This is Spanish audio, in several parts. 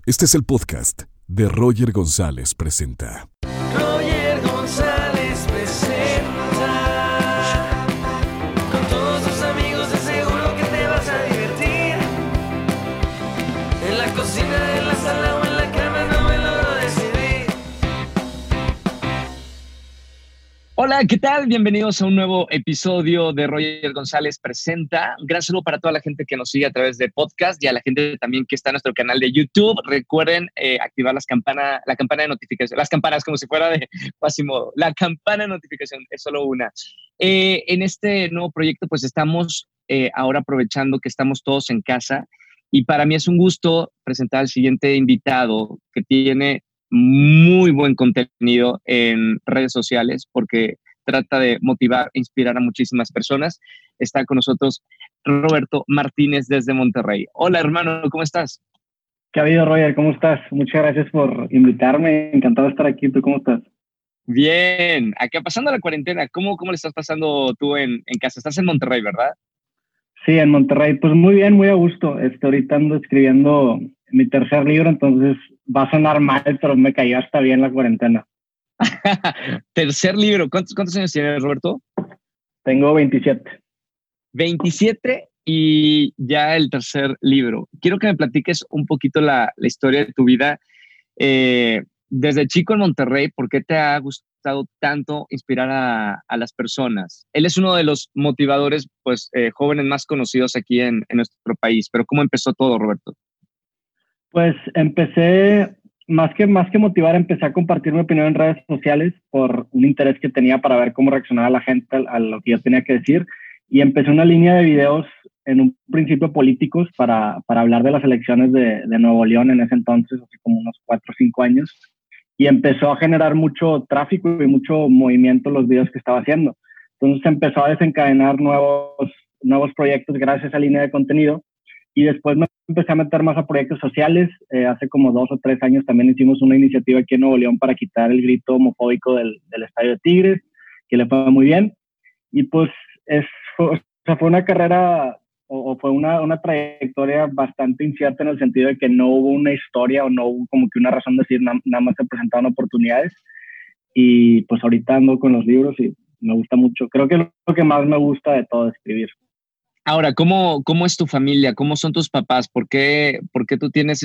Este es el podcast de Roger González Presenta. Roger González presenta. Con todos tus amigos de seguro que te vas a divertir. En la cocina, en la sala o en la cama no me logro decidir. Hola, ¿qué tal? Bienvenidos a un nuevo episodio de Roger González Presenta. Un gran saludo para toda la gente que nos sigue a través de podcast y a la gente también que está en nuestro canal de YouTube. Recuerden activar la campana de notificación. Las campanas como si fuera de Quasimodo. La campana de notificación es solo una. En este nuevo proyecto pues estamos ahora aprovechando que estamos todos en casa y para mí es un gusto presentar al siguiente invitado que tiene muy buen contenido en redes sociales porque trata de motivar e inspirar a muchísimas personas. Está con nosotros Roberto Martínez desde Monterrey. Hola, hermano, ¿cómo estás? ¿Qué ha habido, Roger? ¿Cómo estás? Muchas gracias por invitarme. Encantado de estar aquí. ¿Tú cómo estás? Bien. Acá pasando la cuarentena, ¿cómo le estás pasando tú en casa? Estás en Monterrey, ¿verdad? Sí, en Monterrey. Pues muy bien, muy a gusto. Ahorita ando escribiendo mi tercer libro, entonces va a sonar mal, pero me cayó hasta bien la cuarentena. Tercer libro. ¿Cuántos años tienes, Roberto? Tengo 27. 27 y ya el tercer libro. Quiero que me platiques un poquito la historia de tu vida. Desde chico en Monterrey, ¿por qué te ha gustado tanto inspirar a las personas? Él es uno de los motivadores pues, jóvenes más conocidos aquí en nuestro país, pero ¿cómo empezó todo, Roberto? Pues empecé, más que motivar, empecé a compartir mi opinión en redes sociales por un interés que tenía para ver cómo reaccionaba la gente a lo que yo tenía que decir. Y empecé una línea de videos en un principio políticos para hablar de las elecciones de Nuevo León en ese entonces, hace como unos 4 o 5 años. Y empezó a generar mucho tráfico y mucho movimiento los videos que estaba haciendo. Entonces empezó a desencadenar nuevos proyectos gracias a esa línea de contenido. Y después me empecé a meter más a proyectos sociales. Hace como 2 o 3 años también hicimos una iniciativa aquí en Nuevo León para quitar el grito homofóbico del estadio de Tigres, que le fue muy bien. Y pues fue una carrera o fue una trayectoria bastante incierta en el sentido de que no hubo una historia o no hubo como que una razón de decir, nada más se presentaron oportunidades. Y pues ahorita ando con los libros y me gusta mucho. Creo que es lo que más me gusta de todo, escribir. Ahora, ¿cómo es tu familia? ¿Cómo son tus papás? ¿Por qué tú tienes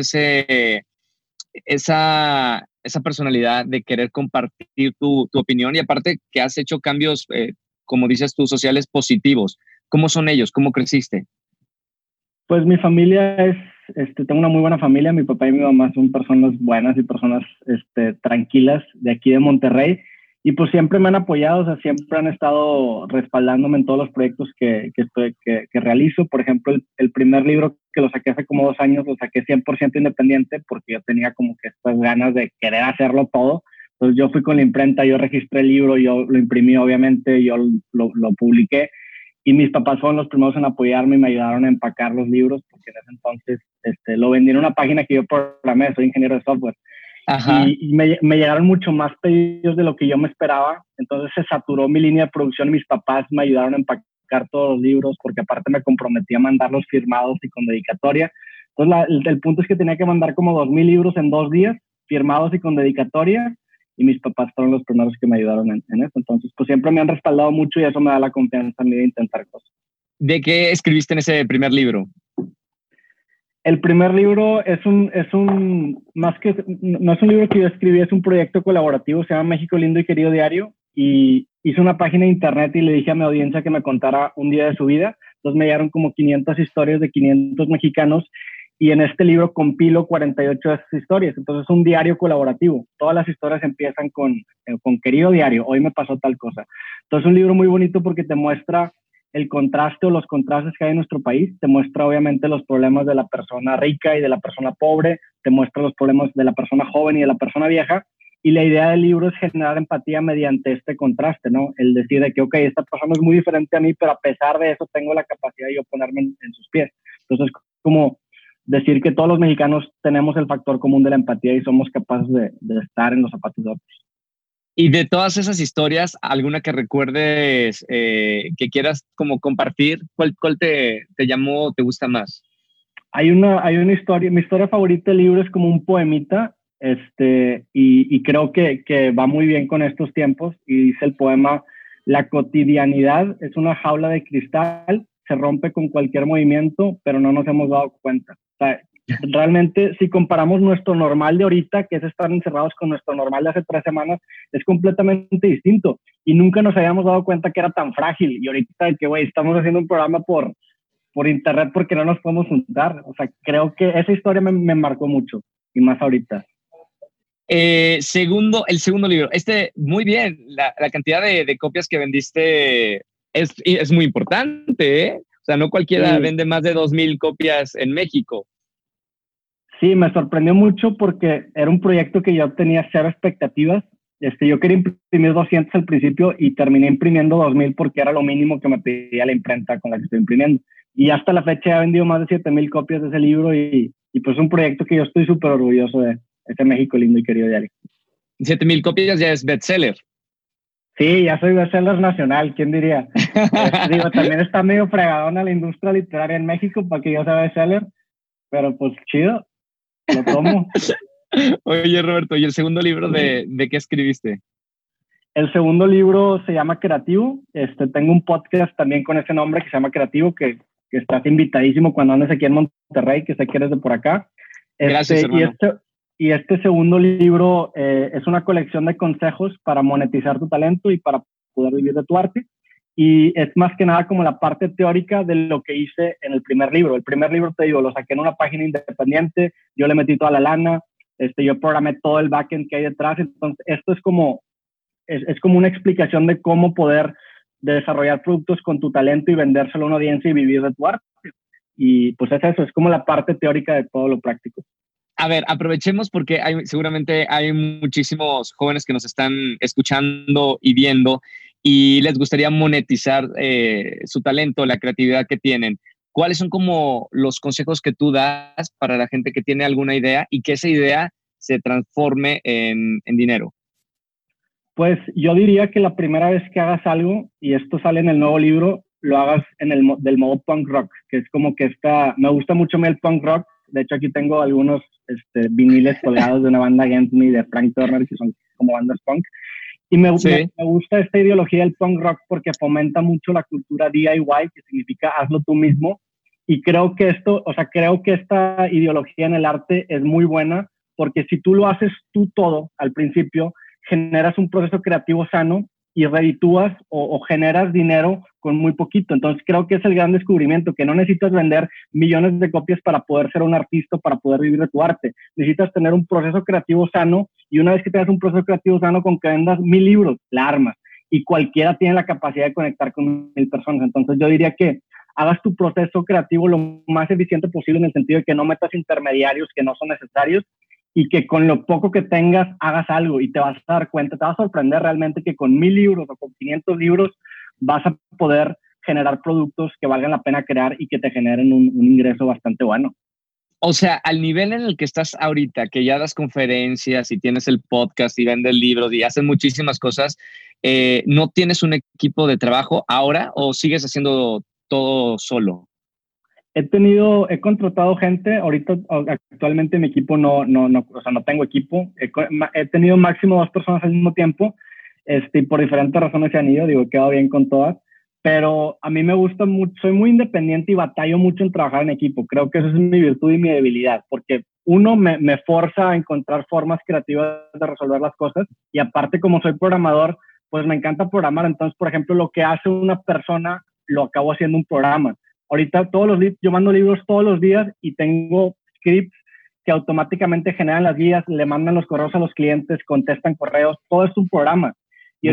esa personalidad de querer compartir tu opinión? Y aparte que has hecho cambios, como dices tú, sociales positivos. ¿Cómo son ellos? ¿Cómo creciste? Pues mi familia tengo una muy buena familia. Mi papá y mi mamá son personas buenas y personas tranquilas de aquí de Monterrey. Y pues siempre me han apoyado, o sea, siempre han estado respaldándome en todos los proyectos que realizo. Por ejemplo, el primer libro que lo saqué hace como 2 años, lo saqué 100% independiente porque yo tenía como que estas ganas de querer hacerlo todo. Entonces yo fui con la imprenta, yo registré el libro, yo lo imprimí obviamente, yo lo publiqué. Y mis papás fueron los primeros en apoyarme y me ayudaron a empacar los libros porque en ese entonces lo vendí en una página que yo programé, soy ingeniero de software. Ajá. Y me llegaron mucho más pedidos de lo que yo me esperaba. Entonces se saturó mi línea de producción y mis papás me ayudaron a empacar todos los libros porque aparte me comprometí a mandarlos firmados y con dedicatoria. Entonces el punto es que tenía que mandar como 2,000 libros en 2 días, firmados y con dedicatoria. Y mis papás fueron los primeros que me ayudaron en eso. Entonces, pues siempre me han respaldado mucho y eso me da la confianza a mí de intentar cosas. ¿De qué escribiste en ese primer libro? El primer libro no es un libro que yo escribí, es un proyecto colaborativo, se llama México Lindo y Querido Diario, y hice una página de internet y le dije a mi audiencia que me contara un día de su vida. Entonces me llegaron como 500 historias de 500 mexicanos, y en este libro compilo 48 de esas historias. Entonces es un diario colaborativo. Todas las historias empiezan con querido diario, hoy me pasó tal cosa. Entonces es un libro muy bonito porque te muestra el contraste o los contrastes que hay en nuestro país. Te muestra obviamente los problemas de la persona rica y de la persona pobre, te muestra los problemas de la persona joven y de la persona vieja, y la idea del libro es generar empatía mediante este contraste, ¿no? El decir de que, ok, esta persona es muy diferente a mí, pero a pesar de eso tengo la capacidad de yo ponerme en sus pies. Entonces, como decir que todos los mexicanos tenemos el factor común de la empatía y somos capaces de estar en los zapatos de otros. Y de todas esas historias, ¿alguna que recuerdes que quieras como compartir? ¿Cuál te llamó o te gusta más? Hay una historia, mi historia favorita del libro es como un poemita, y creo que va muy bien con estos tiempos, y dice el poema: la cotidianidad es una jaula de cristal, se rompe con cualquier movimiento, pero no nos hemos dado cuenta. O sea, realmente, si comparamos nuestro normal de ahorita, que es estar encerrados, con nuestro normal de hace 3 semanas, es completamente distinto. Y nunca nos habíamos dado cuenta que era tan frágil. Y ahorita que, güey, estamos haciendo un programa por internet porque no nos podemos juntar. O sea, creo que esa historia me marcó mucho, y más ahorita. El segundo libro. Muy bien, la cantidad de copias que vendiste es muy importante, ¿eh? O sea, no cualquiera vende más de 2,000 copias en México. Sí, me sorprendió mucho porque era un proyecto que yo tenía cero expectativas. Yo quería imprimir 200 al principio y terminé imprimiendo 2,000 porque era lo mínimo que me pedía la imprenta con la que estoy imprimiendo. Y hasta la fecha he vendido más de 7,000 copias de ese libro, y pues es un proyecto que yo estoy súper orgulloso de. Este México lindo y querido de Ali. 7,000 copias ya es bestseller. Sí, ya soy bestseller nacional, ¿quién diría? Digo, también está medio fregadona la industria literaria en México para que yo sea bestseller, pero pues chido, lo tomo. Oye, Roberto, ¿y el segundo libro de qué escribiste? El segundo libro se llama Creativo. Tengo un podcast también con ese nombre que se llama Creativo, que estás invitadísimo cuando andes aquí en Monterrey, que sé que eres de por acá. Gracias, hermano. Y este segundo libro es una colección de consejos para monetizar tu talento y para poder vivir de tu arte. Y es más que nada como la parte teórica de lo que hice en el primer libro. El primer libro, te digo, lo saqué en una página independiente, yo le metí toda la lana, yo programé todo el backend que hay detrás. Entonces, esto es como una explicación de cómo poder desarrollar productos con tu talento y vendérselo a una audiencia y vivir de tu arte. Y pues es eso, es como la parte teórica de todo lo práctico. A ver, aprovechemos porque seguramente hay muchísimos jóvenes que nos están escuchando y viendo y les gustaría monetizar su talento, la creatividad que tienen. ¿Cuáles son como los consejos que tú das para la gente que tiene alguna idea y que esa idea se transforme en dinero? Pues yo diría que la primera vez que hagas algo, y esto sale en el nuevo libro, lo hagas del modo punk rock, que es como que me gusta mucho el punk rock. De hecho, aquí tengo algunos viniles colgados de una banda Against Me de Frank Turner, que son como bandas punk. Y me gusta esta ideología del punk rock porque fomenta mucho la cultura DIY, que significa hazlo tú mismo. Y creo que esta ideología en el arte es muy buena, porque si tú lo haces tú todo al principio, generas un proceso creativo sano y reditúas o generas dinero con muy poquito. Entonces creo que es el gran descubrimiento, que no necesitas vender millones de copias para poder ser un artista, para poder vivir de tu arte. Necesitas tener un proceso creativo sano, y una vez que tengas un proceso creativo sano, con que vendas 1,000 libros, la armas. Y cualquiera tiene la capacidad de conectar con 1,000 personas. Entonces yo diría que hagas tu proceso creativo lo más eficiente posible, en el sentido de que no metas intermediarios que no son necesarios, y que con lo poco que tengas hagas algo, y te vas a dar cuenta, te vas a sorprender realmente que con 1,000 libros o con 500 libros vas a poder generar productos que valgan la pena crear y que te generen un ingreso bastante bueno. O sea, al nivel en el que estás ahorita, que ya das conferencias y tienes el podcast y vendes libros y haces muchísimas cosas, ¿no tienes un equipo de trabajo ahora o sigues haciendo todo solo? He contratado gente. Ahorita, actualmente mi equipo no tengo equipo. He tenido máximo 2 personas al mismo tiempo, y por diferentes razones se han ido. He quedado bien con todas, pero a mí me gusta mucho, soy muy independiente y batallo mucho en trabajar en equipo. Creo que esa es mi virtud y mi debilidad, porque uno me forza a encontrar formas creativas de resolver las cosas, y aparte, como soy programador, pues me encanta programar. Entonces, por ejemplo, lo que hace una persona lo acabo haciendo un programa. Ahorita yo mando libros todos los días y tengo scripts que automáticamente generan las guías, le mandan los correos a los clientes, contestan correos, todo es un programa. Y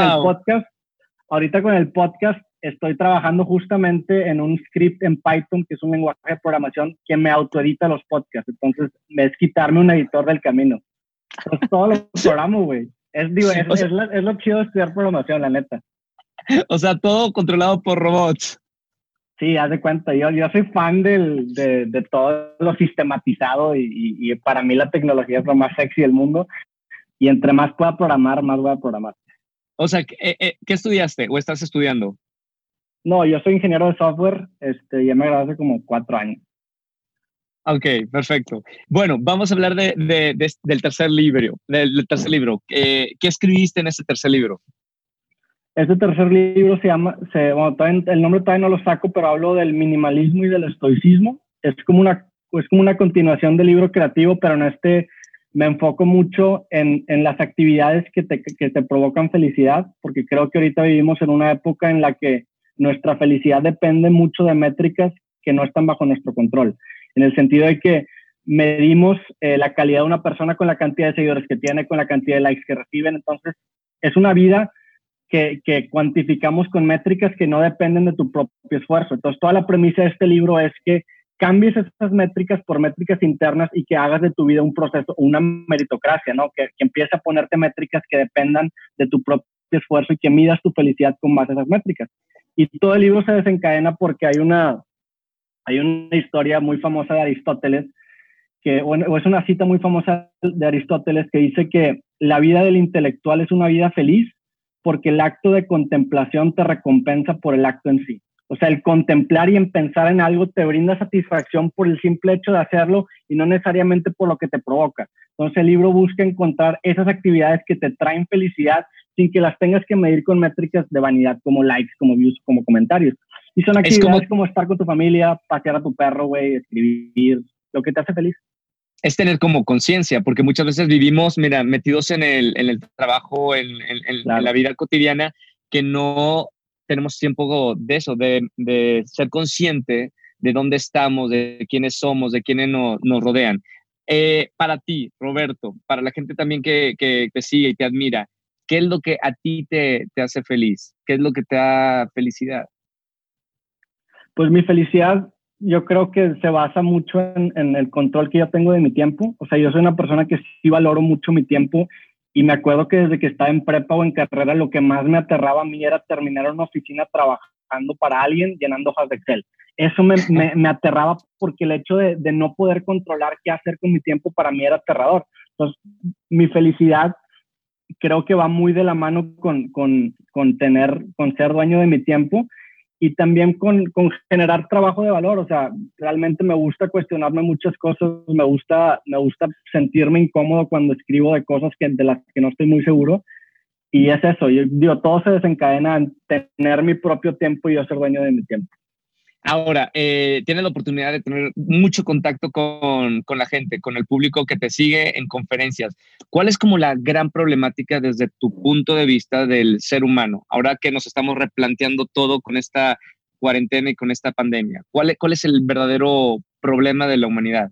ahorita con el podcast estoy trabajando justamente en un script en Python, que es un lenguaje de programación que me autoedita los podcasts. Entonces, es quitarme un editor del camino. Entonces, todo lo programo, güey. Es lo chido de estudiar programación, la neta. O sea, todo controlado por robots. Sí, haz de cuenta, yo soy fan de todo lo sistematizado, y para mí la tecnología es lo más sexy del mundo, y entre más pueda programar, más voy a programar. O sea, ¿qué estudiaste o estás estudiando? No, yo soy ingeniero de software, ya me gradué hace como 4 años. Ok, perfecto. Bueno, vamos a hablar del tercer libro. Del tercer libro. ¿Qué escribiste en ese tercer libro? Este tercer libro bueno, el nombre todavía no lo saco, pero hablo del minimalismo y del estoicismo. Es como una continuación del libro creativo, pero en este me enfoco mucho en las actividades que te provocan felicidad, porque creo que ahorita vivimos en una época en la que nuestra felicidad depende mucho de métricas que no están bajo nuestro control, en el sentido de que medimos la calidad de una persona con la cantidad de seguidores que tiene, con la cantidad de likes que reciben. Entonces, es una vida que cuantificamos con métricas que no dependen de tu propio esfuerzo. Entonces, toda la premisa de este libro es que cambies esas métricas por métricas internas y que hagas de tu vida un proceso, una meritocracia, ¿no? Que empieces a ponerte métricas que dependan de tu propio esfuerzo y que midas tu felicidad con base a esas métricas. Y todo el libro se desencadena porque hay una historia muy famosa de Aristóteles, o es una cita muy famosa de Aristóteles que dice que la vida del intelectual es una vida feliz porque el acto de contemplación te recompensa por el acto en sí. O sea, el contemplar y en pensar en algo te brinda satisfacción por el simple hecho de hacerlo y no necesariamente por lo que te provoca. Entonces el libro busca encontrar esas actividades que te traen felicidad sin que las tengas que medir con métricas de vanidad como likes, como views, como comentarios. Y son actividades como estar con tu familia, pasear a tu perro, güey, escribir, lo que te hace feliz. Es tener como conciencia, porque muchas veces vivimos, mira, metidos en el trabajo, Claro. en la vida cotidiana, que no tenemos tiempo de eso, de ser consciente de dónde estamos, de quiénes somos, de quiénes nos rodean. Para ti, Roberto, para la gente también que te sigue y te admira, ¿qué es lo que a ti te hace feliz? ¿Qué es lo que te da felicidad? Pues mi felicidad yo creo que se basa mucho en el control que yo tengo de mi tiempo. O sea, yo soy una persona que sí valoro mucho mi tiempo y me acuerdo que desde que estaba en prepa o en carrera lo que más me aterraba a mí era terminar en una oficina trabajando para alguien llenando hojas de Excel. Eso me aterraba porque el hecho de no poder controlar qué hacer con mi tiempo para mí era aterrador. Entonces, mi felicidad creo que va muy de la mano con ser dueño de mi tiempo y también con generar trabajo de valor. O sea, realmente me gusta cuestionarme muchas cosas, me gusta sentirme incómodo cuando escribo de cosas de las que no estoy muy seguro. Y es eso, yo digo, todo se desencadena en tener mi propio tiempo y yo ser dueño de mi tiempo. Ahora, tienes la oportunidad de tener mucho contacto con la gente, con el público que te sigue en conferencias. ¿Cuál es como la gran problemática desde tu punto de vista del ser humano? Ahora que nos estamos replanteando todo con esta cuarentena y con esta pandemia. ¿Cuál es el verdadero problema de la humanidad?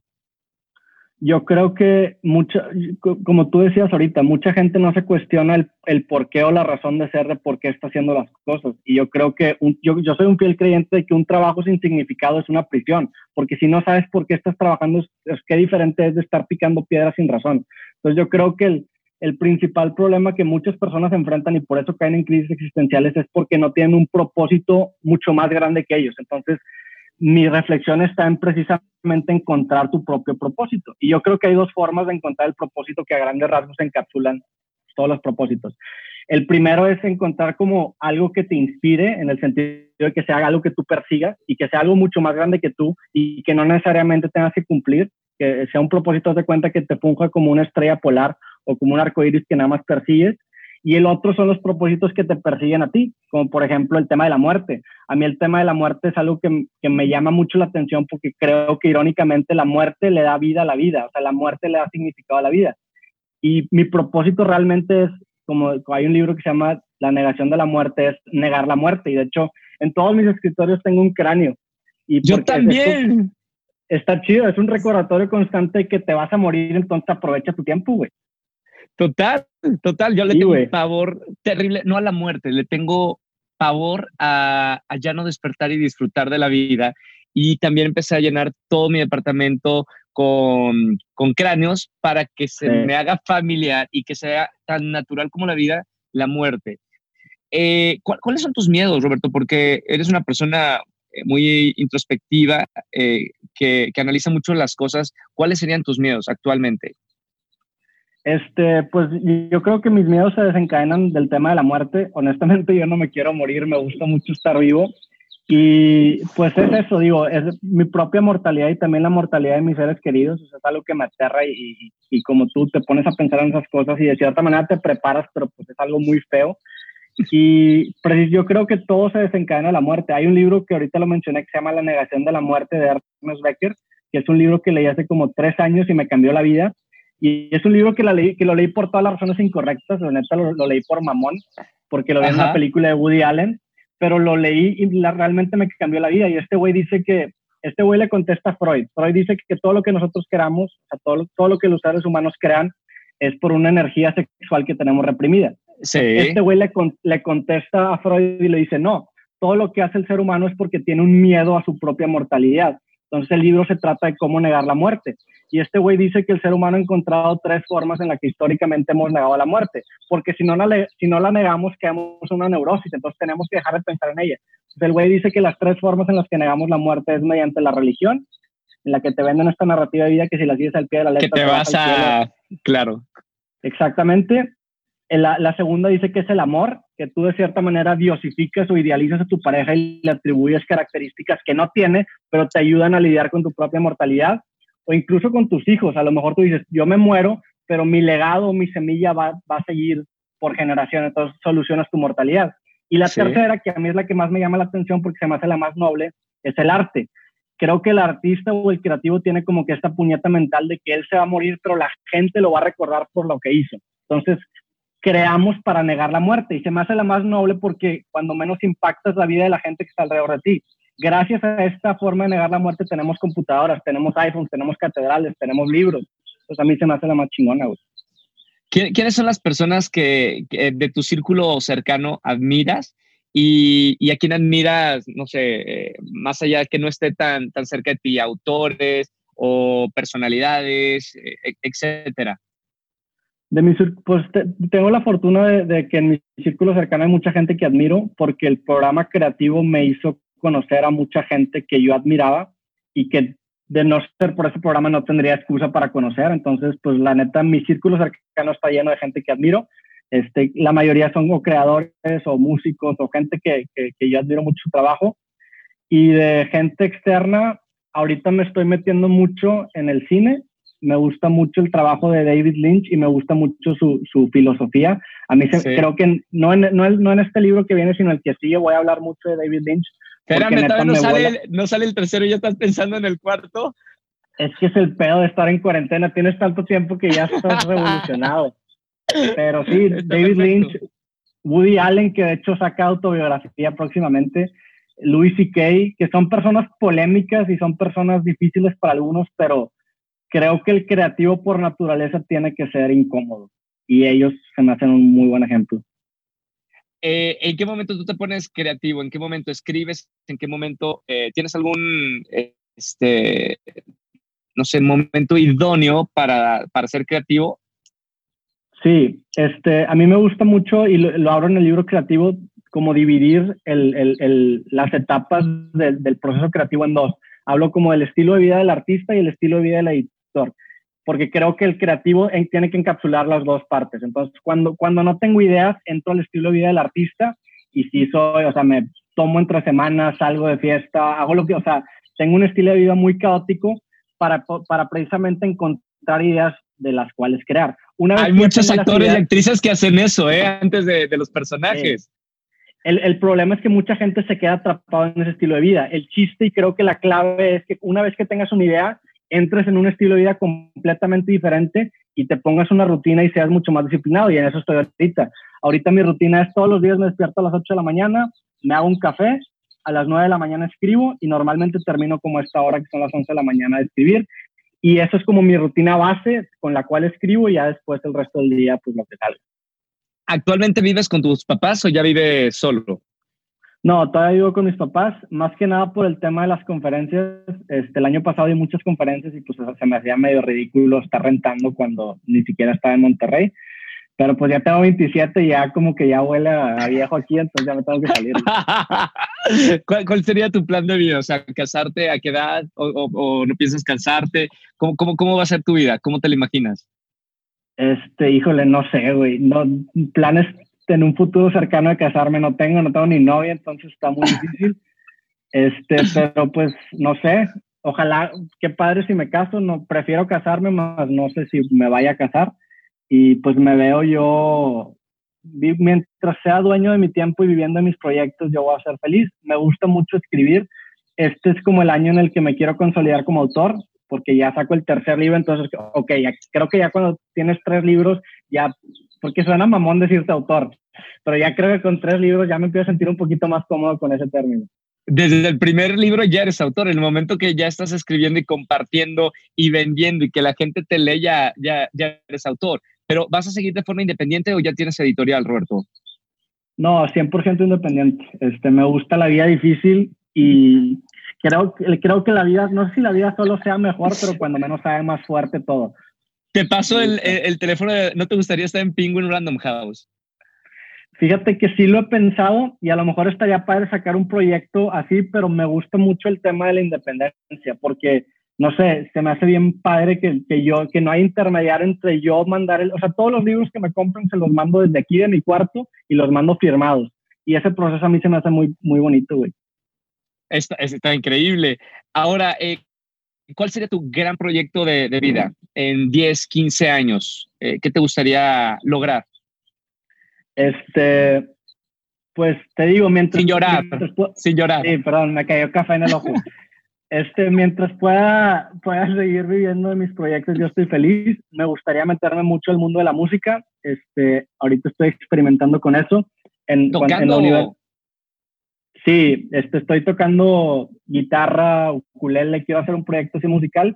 Yo creo que como tú decías ahorita, mucha gente no se cuestiona el por qué o la razón de ser de por qué está haciendo las cosas. Y yo creo que yo soy un fiel creyente de que un trabajo sin significado es una prisión, porque si no sabes por qué estás trabajando, es qué diferente es de estar picando piedras sin razón. Entonces yo creo que el principal problema que muchas personas enfrentan y por eso caen en crisis existenciales es porque no tienen un propósito mucho más grande que ellos. Entonces, mi reflexión está en precisamente encontrar tu propio propósito. Y yo creo que hay dos formas de encontrar el propósito que a grandes rasgos encapsulan todos los propósitos. El primero es encontrar como algo que te inspire, en el sentido de que sea algo que tú persigas y que sea algo mucho más grande que tú y que no necesariamente tengas que cumplir, que sea un propósito de cuenta que te funja como una estrella polar o como un arcoíris que nada más persigues. Y el otro son los propósitos que te persiguen a ti, como por ejemplo el tema de la muerte. A mí el tema de la muerte es algo que me llama mucho la atención porque creo que irónicamente la muerte le da vida a la vida, o sea, la muerte le da significado a la vida. Y mi propósito realmente es, como hay un libro que se llama La negación de la muerte, es negar la muerte. Y de hecho, en todos mis escritorios tengo un cráneo. Y yo también. Está chido, es un recordatorio constante de que te vas a morir, entonces aprovecha tu tiempo, güey. Total. Yo le tengo un pavor terrible, no a la muerte, le tengo pavor a ya no despertar y disfrutar de la vida. Y también empecé a llenar todo mi departamento con cráneos para que se me haga familiar y que sea tan natural como la vida, la muerte. ¿Cuáles son tus miedos, Roberto? Porque eres una persona muy introspectiva, que analiza mucho las cosas. ¿Cuáles serían tus miedos actualmente? Pues yo creo que mis miedos se desencadenan del tema de la muerte. Honestamente, yo no me quiero morir, me gusta mucho estar vivo. Y pues es eso, digo, es mi propia mortalidad y también la mortalidad de mis seres queridos. O sea, es algo que me aterra y como tú te pones a pensar en esas cosas y de cierta manera te preparas, pero pues es algo muy feo. Y yo creo que todo se desencadena de la muerte. Hay un libro que ahorita lo mencioné que se llama La negación de la muerte, de Ernest Becker, que es un libro que leí hace como 3 años y me cambió la vida. Y es un libro que lo leí por todas las razones incorrectas. La neta lo leí por mamón, porque lo vi en una película de Woody Allen, pero lo leí y realmente me cambió la vida. Y este güey le contesta a Freud. Freud dice que todo lo que nosotros queramos, o sea, todo lo que los seres humanos crean, es por una energía sexual que tenemos reprimida. Sí. Este güey le contesta a Freud y le dice, no, todo lo que hace el ser humano es porque tiene un miedo a su propia mortalidad. Entonces el libro se trata de cómo negar la muerte. Y este güey dice que el ser humano ha encontrado 3 formas en las que históricamente hemos negado la muerte. Porque si no la negamos, quedamos en una neurosis. Entonces tenemos que dejar de pensar en ella. Entonces el güey dice que las 3 formas en las que negamos la muerte es mediante la religión, en la que te venden esta narrativa de vida que si la sigues al pie de la letra... Que te vas a... Claro. Exactamente. La segunda dice que es el amor, que tú de cierta manera diosificas o idealizas a tu pareja y le atribuyes características que no tiene, pero te ayudan a lidiar con tu propia mortalidad, o incluso con tus hijos. A lo mejor tú dices, yo me muero, pero mi legado, mi semilla va a seguir por generaciones, entonces solucionas tu mortalidad. Y la tercera, que a mí es la que más me llama la atención porque se me hace la más noble, es el arte. Creo que el artista o el creativo tiene como que esta puñeta mental de que él se va a morir, pero la gente lo va a recordar por lo que hizo. Entonces, creamos para negar la muerte, y se me hace la más noble porque cuando menos impactas la vida de la gente que está alrededor de ti. Gracias a esta forma de negar la muerte tenemos computadoras, tenemos iPhones, tenemos catedrales, tenemos libros. Entonces a mí se me hace la más chingona, güey. ¿Quiénes son las personas que de tu círculo cercano admiras y a quién admiras, no sé, más allá que no esté tan cerca de ti, autores o personalidades, etcétera? Pues tengo la fortuna de que en mi círculo cercano hay mucha gente que admiro, porque el programa creativo me hizo conocer a mucha gente que yo admiraba y que de no ser por ese programa no tendría excusa para conocer. Entonces, pues la neta, mi círculo cercano está lleno de gente que admiro. La mayoría son o creadores o músicos o gente que yo admiro mucho su trabajo. Y de gente externa, ahorita me estoy metiendo mucho en el cine. Me gusta mucho el trabajo de David Lynch y me gusta mucho su filosofía. A mí creo que no en este libro que viene, sino el que sigue, voy a hablar mucho de David Lynch. Espérame, todavía no sale el tercero, ¿ya estás pensando en el cuarto? Es que es el pedo de estar en cuarentena. Tienes tanto tiempo que ya estás revolucionado. Pero sí, David Lynch, Woody Allen, que de hecho saca autobiografía próximamente, Louis C.K., que son personas polémicas y son personas difíciles para algunos, pero creo que el creativo por naturaleza tiene que ser incómodo. Y ellos se me hacen un muy buen ejemplo. ¿En qué momento tú te pones creativo? ¿En qué momento escribes? ¿En qué momento tienes algún, no sé, momento idóneo para ser creativo? Sí, a mí me gusta mucho, y lo hablo en el libro creativo, como dividir las etapas del proceso creativo en 2. Hablo como del estilo de vida del artista y el estilo de vida del editor, porque creo que el creativo tiene que encapsular las 2 partes. Entonces, cuando no tengo ideas, entro al estilo de vida del artista, y si me tomo entre semanas, salgo de fiesta, hago lo que, tengo un estilo de vida muy caótico para precisamente encontrar ideas de las cuales crear. Hay muchos actores y actrices que hacen eso, antes de los personajes. El problema es que mucha gente se queda atrapada en ese estilo de vida. El chiste, y creo que la clave, es que una vez que tengas una idea, entres en un estilo de vida completamente diferente y te pongas una rutina y seas mucho más disciplinado, y en eso estoy ahorita. Ahorita mi rutina es todos los días me despierto a las 8 de la mañana, me hago un café, a las 9 de la mañana escribo, y normalmente termino como a esta hora, que son las 11 de la mañana, de escribir. Y eso es como mi rutina base con la cual escribo, y ya después el resto del día, pues lo que salga. ¿Actualmente vives con tus papás o ya vives solo? No, todavía vivo con mis papás, más que nada por el tema de las conferencias. El año pasado di muchas conferencias y pues se me hacía medio ridículo estar rentando cuando ni siquiera estaba en Monterrey. Pero pues ya tengo 27 y ya como que ya huele a viejo aquí, entonces ya me tengo que salir. ¿Cuál sería tu plan de vida? O sea, ¿casarte a qué edad? ¿O no piensas casarte? ¿Cómo va a ser tu vida? ¿Cómo te la imaginas? Híjole, no sé, güey. No, planes en un futuro cercano de casarme no tengo ni novia, entonces está muy difícil. Pero pues no sé, ojalá, qué padre si me caso, no, prefiero casarme, más no sé si me vaya a casar. Y pues me veo yo, mientras sea dueño de mi tiempo y viviendo en mis proyectos, yo voy a ser feliz. Me gusta mucho escribir. Este es como el año en el que me quiero consolidar como autor, porque ya saco el tercer libro, entonces, ok, ya, creo que ya cuando tienes 3 libros, ya, porque suena mamón decirte autor, pero ya creo que con 3 libros ya me empiezo a sentir un poquito más cómodo con ese término. Desde el primer libro ya eres autor. En el momento que ya estás escribiendo y compartiendo y vendiendo y que la gente te lee, ya eres autor. Pero ¿vas a seguir de forma independiente o ya tienes editorial, Roberto? No, 100% independiente. Me gusta la vida difícil y creo que la vida, no sé si la vida solo sea mejor, pero cuando menos sabe más fuerte todo. Te paso el teléfono. ¿No te gustaría estar en Penguin Random House? Fíjate que sí lo he pensado y a lo mejor estaría padre sacar un proyecto así, pero me gusta mucho el tema de la independencia porque, no sé, se me hace bien padre que no hay intermediario entre yo mandar, o sea, todos los libros que me compran se los mando desde aquí de mi cuarto y los mando firmados. Y ese proceso a mí se me hace muy, muy bonito, güey. Está increíble. Ahora, ¿cuál sería tu gran proyecto de vida en 10, 15 años? ¿Qué te gustaría lograr? Pues te digo, Sin llorar. Sí, perdón, me cayó café en el ojo. Mientras pueda seguir viviendo de mis proyectos, yo estoy feliz. Me gustaría meterme mucho al mundo de la música. Ahorita estoy experimentando con eso. ¿Tocando? Sí, estoy tocando guitarra, ukulele, quiero hacer un proyecto así musical.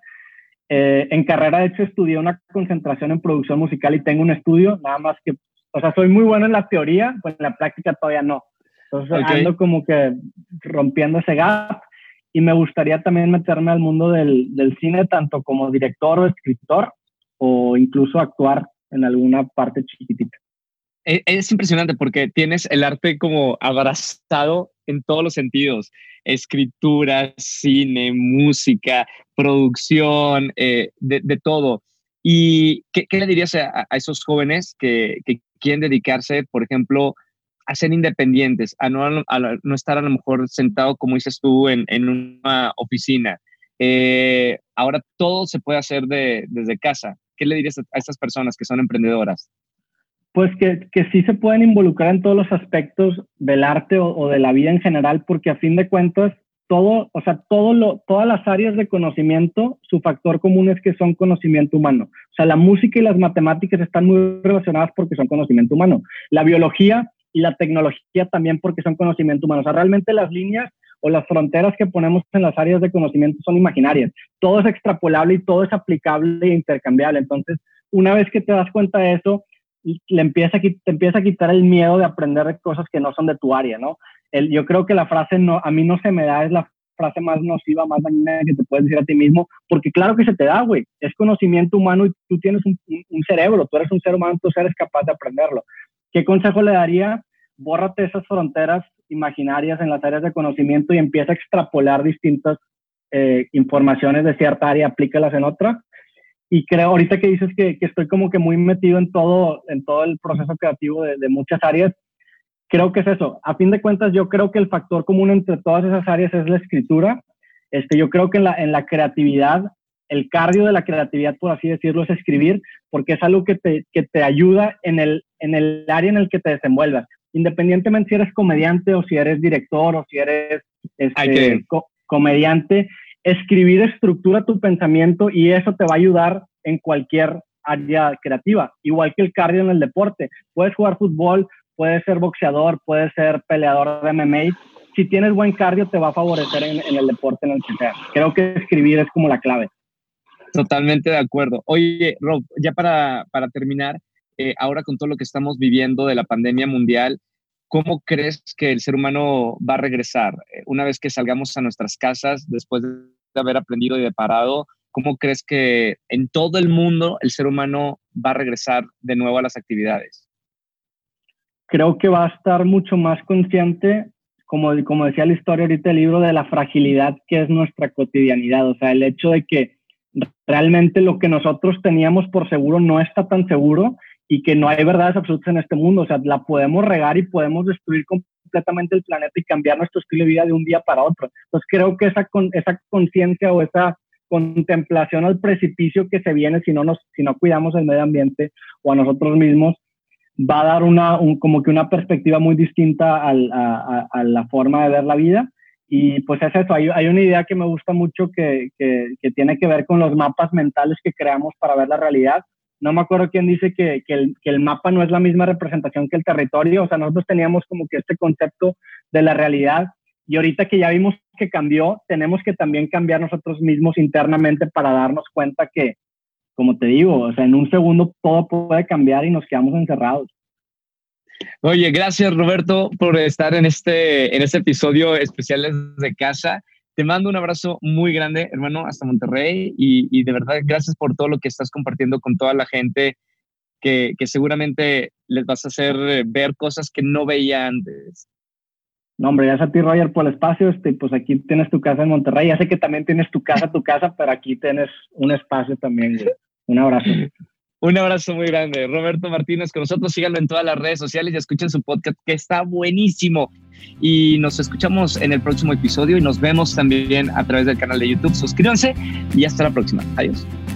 En carrera, de hecho, estudié una concentración en producción musical y tengo un estudio, nada más que, o sea, soy muy bueno en la teoría, pues en la práctica todavía no. Entonces ando como que rompiendo ese gap y me gustaría también meterme al mundo del cine, tanto como director o escritor, o incluso actuar en alguna parte chiquitita. Es impresionante porque tienes el arte como abrazado en todos los sentidos: escritura, cine, música, producción, de todo. ¿Y qué le dirías a esos jóvenes que quieren dedicarse, por ejemplo, a ser independientes, a no estar a lo mejor sentado, como dices tú, en una oficina? Ahora todo se puede hacer desde casa. ¿Qué le dirías a estas personas que son emprendedoras? Pues que sí se pueden involucrar en todos los aspectos del arte o de la vida en general, porque a fin de cuentas, todas las áreas de conocimiento, su factor común es que son conocimiento humano. O sea, la música y las matemáticas están muy relacionadas porque son conocimiento humano. La biología y la tecnología también porque son conocimiento humano. O sea, realmente las líneas o las fronteras que ponemos en las áreas de conocimiento son imaginarias. Todo es extrapolable y todo es aplicable e intercambiable. Entonces, una vez que te das cuenta de eso, te empieza a quitar el miedo de aprender de cosas que no son de tu área, ¿no? Yo creo que la frase a mí no se me da es la frase más nociva, más dañina que te puedes decir a ti mismo, porque claro que se te da, güey. Es conocimiento humano y tú tienes un cerebro, tú eres un ser humano, tú eres capaz de aprenderlo. ¿Qué consejo le daría? Bórrate esas fronteras imaginarias en las áreas de conocimiento y empieza a extrapolar distintas informaciones de cierta área, aplícalas en otra. Y creo, ahorita que dices que estoy como que muy metido en todo el proceso creativo de muchas áreas, creo que es eso. A fin de cuentas, yo creo que el factor común entre todas esas áreas es la escritura. Yo creo que en la creatividad, el cardio de la creatividad, por así decirlo, es escribir, porque es algo que te ayuda en el área en el que te desenvuelvas. Independientemente si eres comediante o si eres director o si eres comediante, escribir estructura tu pensamiento y eso te va a ayudar en cualquier área creativa. Igual que el cardio en el deporte. Puedes jugar fútbol, puedes ser boxeador, puedes ser peleador de MMA. Si tienes buen cardio, te va a favorecer en el deporte en el que sea. Creo que escribir es como la clave. Totalmente de acuerdo. Oye, Rob, ya para terminar, ahora con todo lo que estamos viviendo de la pandemia mundial, ¿cómo crees que el ser humano va a regresar? Una vez que salgamos a nuestras casas, después de haber aprendido y de parado, ¿cómo crees que en todo el mundo el ser humano va a regresar de nuevo a las actividades? Creo que va a estar mucho más consciente, como decía la historia ahorita del libro, de la fragilidad que es nuestra cotidianidad. O sea, el hecho de que realmente lo que nosotros teníamos por seguro no está tan seguro y que no hay verdades absolutas en este mundo. O sea, la podemos regar y podemos destruir completamente el planeta y cambiar nuestro estilo de vida de un día para otro. Entonces creo que esa conciencia o esa contemplación al precipicio que se viene si no cuidamos el medio ambiente o a nosotros mismos, va a dar como que una perspectiva muy distinta a la forma de ver la vida. Y pues es eso, hay una idea que me gusta mucho que tiene que ver con los mapas mentales que creamos para ver la realidad. No me acuerdo quién dice que el mapa no es la misma representación que el territorio. O sea, nosotros teníamos como que este concepto de la realidad, y ahorita que ya vimos que cambió, tenemos que también cambiar nosotros mismos internamente para darnos cuenta que, como te digo, o sea, en un segundo todo puede cambiar y nos quedamos encerrados. Oye, gracias Roberto por estar en este episodio especial desde casa. Te mando un abrazo muy grande, hermano, hasta Monterrey, y de verdad gracias por todo lo que estás compartiendo con toda la gente que seguramente les vas a hacer ver cosas que no veía antes. No, hombre, gracias a ti, Roger, por el espacio. Pues aquí tienes tu casa en Monterrey. Ya sé que también tienes tu casa, pero aquí tienes un espacio también, güey. Un abrazo. Un abrazo muy grande. Roberto Martínez con nosotros. Síganlo en todas las redes sociales y escuchen su podcast, que está buenísimo. Y nos escuchamos en el próximo episodio y nos vemos también a través del canal de YouTube. Suscríbanse y hasta la próxima. Adiós.